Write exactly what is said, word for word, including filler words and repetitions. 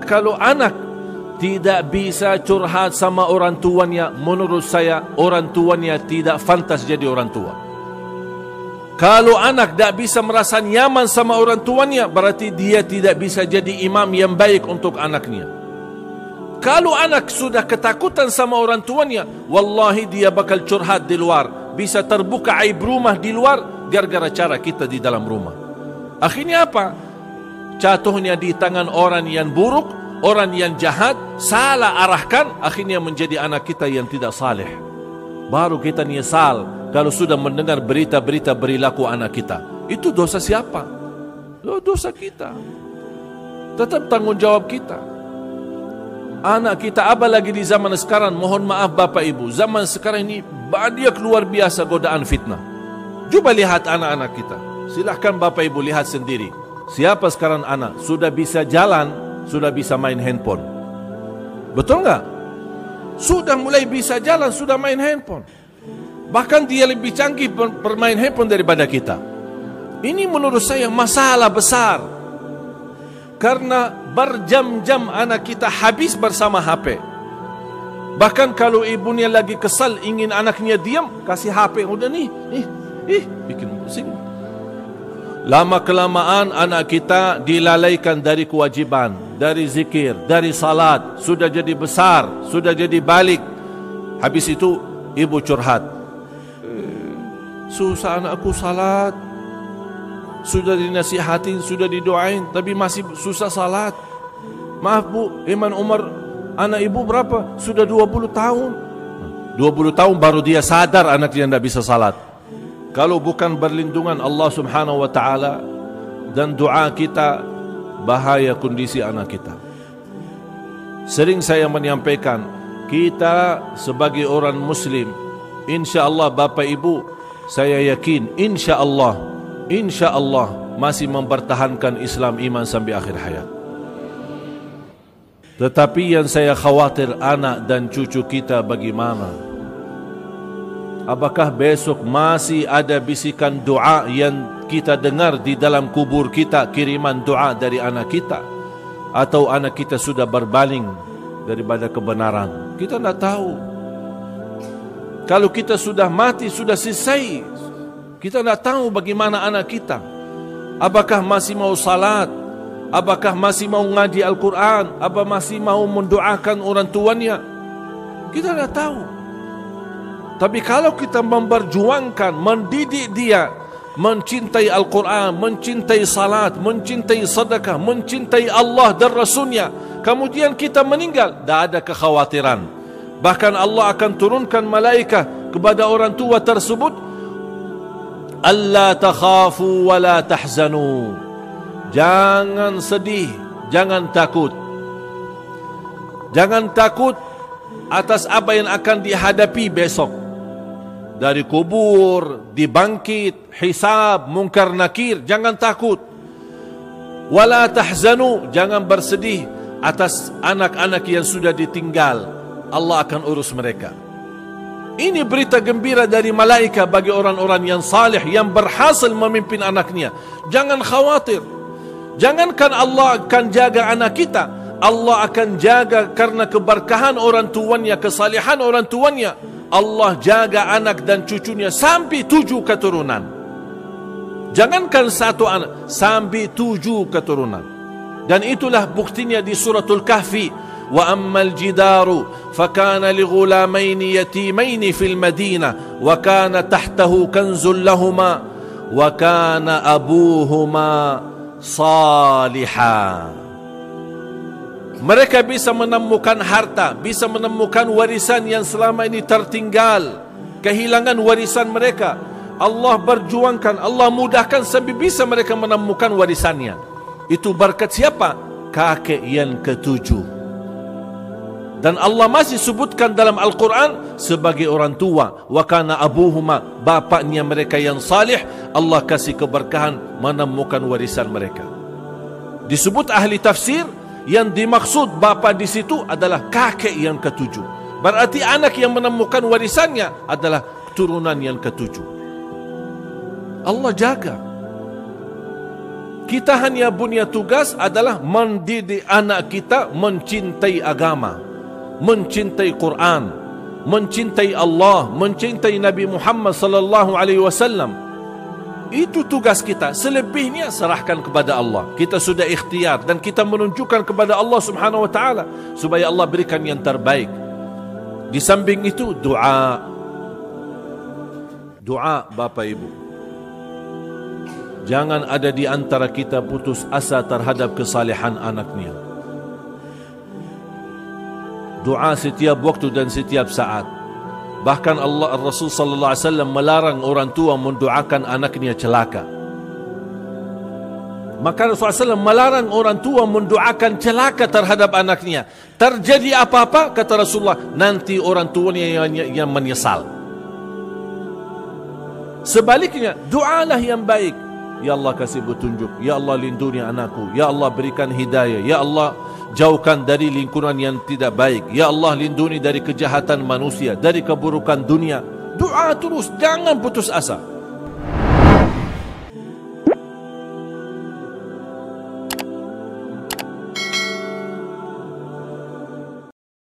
kalau anak tidak bisa curhat sama orang tuanya, menurut saya orang tuanya tidak pantas jadi orang tua. Kalau anak tidak bisa merasa nyaman sama orang tuanya, berarti dia tidak bisa jadi imam yang baik untuk anaknya. Kalau anak sudah ketakutan sama orang tuanya, wallahi dia bakal curhat di luar, bisa terbuka aib rumah di luar gara-gara cara kita di dalam rumah. Akhirnya apa? Jatuhnya di tangan orang yang buruk, orang yang jahat, salah arahkan, akhirnya menjadi anak kita yang tidak saleh. Baru kita nyesal kalau sudah mendengar berita-berita perilaku anak kita. Itu dosa siapa? Dosa kita. Tetap tanggung jawab kita. Anak kita, apalagi di zaman sekarang, mohon maaf Bapak Ibu, zaman sekarang ini banyak luar biasa godaan fitnah. Coba lihat anak-anak kita. Silahkan Bapak Ibu lihat sendiri. Siapa sekarang anak sudah bisa jalan, sudah bisa main handphone. Betul nggak? Sudah mulai bisa jalan, sudah main handphone. Bahkan dia lebih canggih bermain handphone daripada kita. Ini menurut saya masalah besar. Karena berjam-jam anak kita habis bersama H P. Bahkan kalau ibunya lagi kesal ingin anaknya diam, kasih H P. Udah nih, ih, ih, bikin pusing. Lama-kelamaan anak kita dilalaikan dari kewajiban, dari zikir, dari salat. Sudah jadi besar, sudah jadi balik. Habis itu ibu curhat. Susah anakku salat. Sudah dinasihatin, sudah didoain, tapi masih susah salat. Maaf bu, Iman Umar anak ibu berapa? Sudah dua puluh tahun. dua puluh tahun baru dia sadar anaknya tidak bisa salat. Kalau bukan berlindungan Allah subhanahu wa ta'ala dan doa kita, bahaya kondisi anak kita. Sering saya menyampaikan, kita sebagai orang muslim, insya Allah Bapak Ibu, saya yakin insya Allah Insya Allah masih mempertahankan Islam iman sampai akhir hayat. Tetapi yang saya khawatir anak dan cucu kita bagaimana? Apakah besok masih ada bisikan doa yang kita dengar di dalam kubur kita, kiriman doa dari anak kita? Atau anak kita sudah berpaling daripada kebenaran? Kita tidak tahu. Kalau kita sudah mati, sudah selesai. Kita tidak tahu bagaimana anak kita. Apakah masih mau salat? Apakah masih mau ngaji Al-Quran? Apa masih mau mendoakan orang tuanya? Kita tidak tahu. Tapi kalau kita memperjuangkan, mendidik dia mencintai Al-Quran, mencintai salat, mencintai sedekah, mencintai Allah dan Rasulnya, kemudian kita meninggal, tidak ada kekhawatiran. Bahkan Allah akan turunkan malaikat kepada orang tua tersebut, alla takhafu wa la tahzanu. Jangan sedih, jangan takut. Jangan takut atas apa yang akan dihadapi besok. Dari kubur, dibangkit, hisab, mungkar nakir, jangan takut. Wa la tahzanu, jangan bersedih atas anak-anak yang sudah ditinggal. Allah akan urus mereka. Ini berita gembira dari malaikat bagi orang-orang yang saleh, yang berhasil memimpin anaknya. Jangan khawatir. Jangankan Allah akan jaga anak kita, Allah akan jaga karena keberkahan orang tuanya, kesalehan orang tuanya. Allah jaga anak dan cucunya sampai tujuh keturunan. Jangankan satu anak, sampai tujuh keturunan. Dan itulah buktinya di suratul Kahfi. وَأَمَّا الْجِدَارُ فَكَانَ لِغُلَامَيْنِ يَتِيمَيْنِ فِي الْمَدِينَةِ وَكَانَ تَحْتَهُ كَنْزٌ لَهُمَا وَكَانَ أَبُوهُمَا صَالِحًا. Mereka bisa menemukan harta, bisa menemukan warisan yang selama ini tertinggal, kehilangan warisan mereka. Allah berjuangkan, Allah mudahkan sampai bisa mereka menemukan warisannya. Itu berkat siapa? Kakek yang ketujuh. Dan Allah masih sebutkan dalam Al-Quran sebagai orang tua. Wa kana abuhuma, bapaknya mereka yang salih, Allah kasih keberkahan menemukan warisan mereka. Disebut ahli tafsir, yang dimaksud bapa di situ adalah kakek yang ketujuh. Berarti anak yang menemukan warisannya adalah turunan yang ketujuh. Allah jaga. Kita hanya punya tugas adalah mendidik anak kita mencintai agama, mencintai Quran, mencintai Allah, mencintai Nabi Muhammad sallallahu alaihi wasallam. Itu tugas kita. Selebihnya serahkan kepada Allah. Kita sudah ikhtiar dan kita menunjukkan kepada Allah Subhanahu wa taala supaya Allah berikan yang terbaik. Di samping itu doa. Doa Bapak Ibu. Jangan ada di antara kita putus asa terhadap kesalehan anaknya. Doa setiap waktu dan setiap saat. Bahkan Allah Rasul sallallahu alaihi wasallam melarang orang tua mendoakan anaknya celaka. Maka Rasulullah sallallahu alaihi wasallam melarang orang tua mendoakan celaka terhadap anaknya. Terjadi apa-apa, kata Rasulullah, nanti orang tuanya yang, yang menyesal. Sebaliknya, doalah yang baik. Ya Allah kasih petunjuk, Ya Allah lindungi anakku, Ya Allah berikan hidayah, Ya Allah jauhkan dari lingkungan yang tidak baik, Ya Allah lindungi dari kejahatan manusia, dari keburukan dunia. Doa terus, jangan putus asa.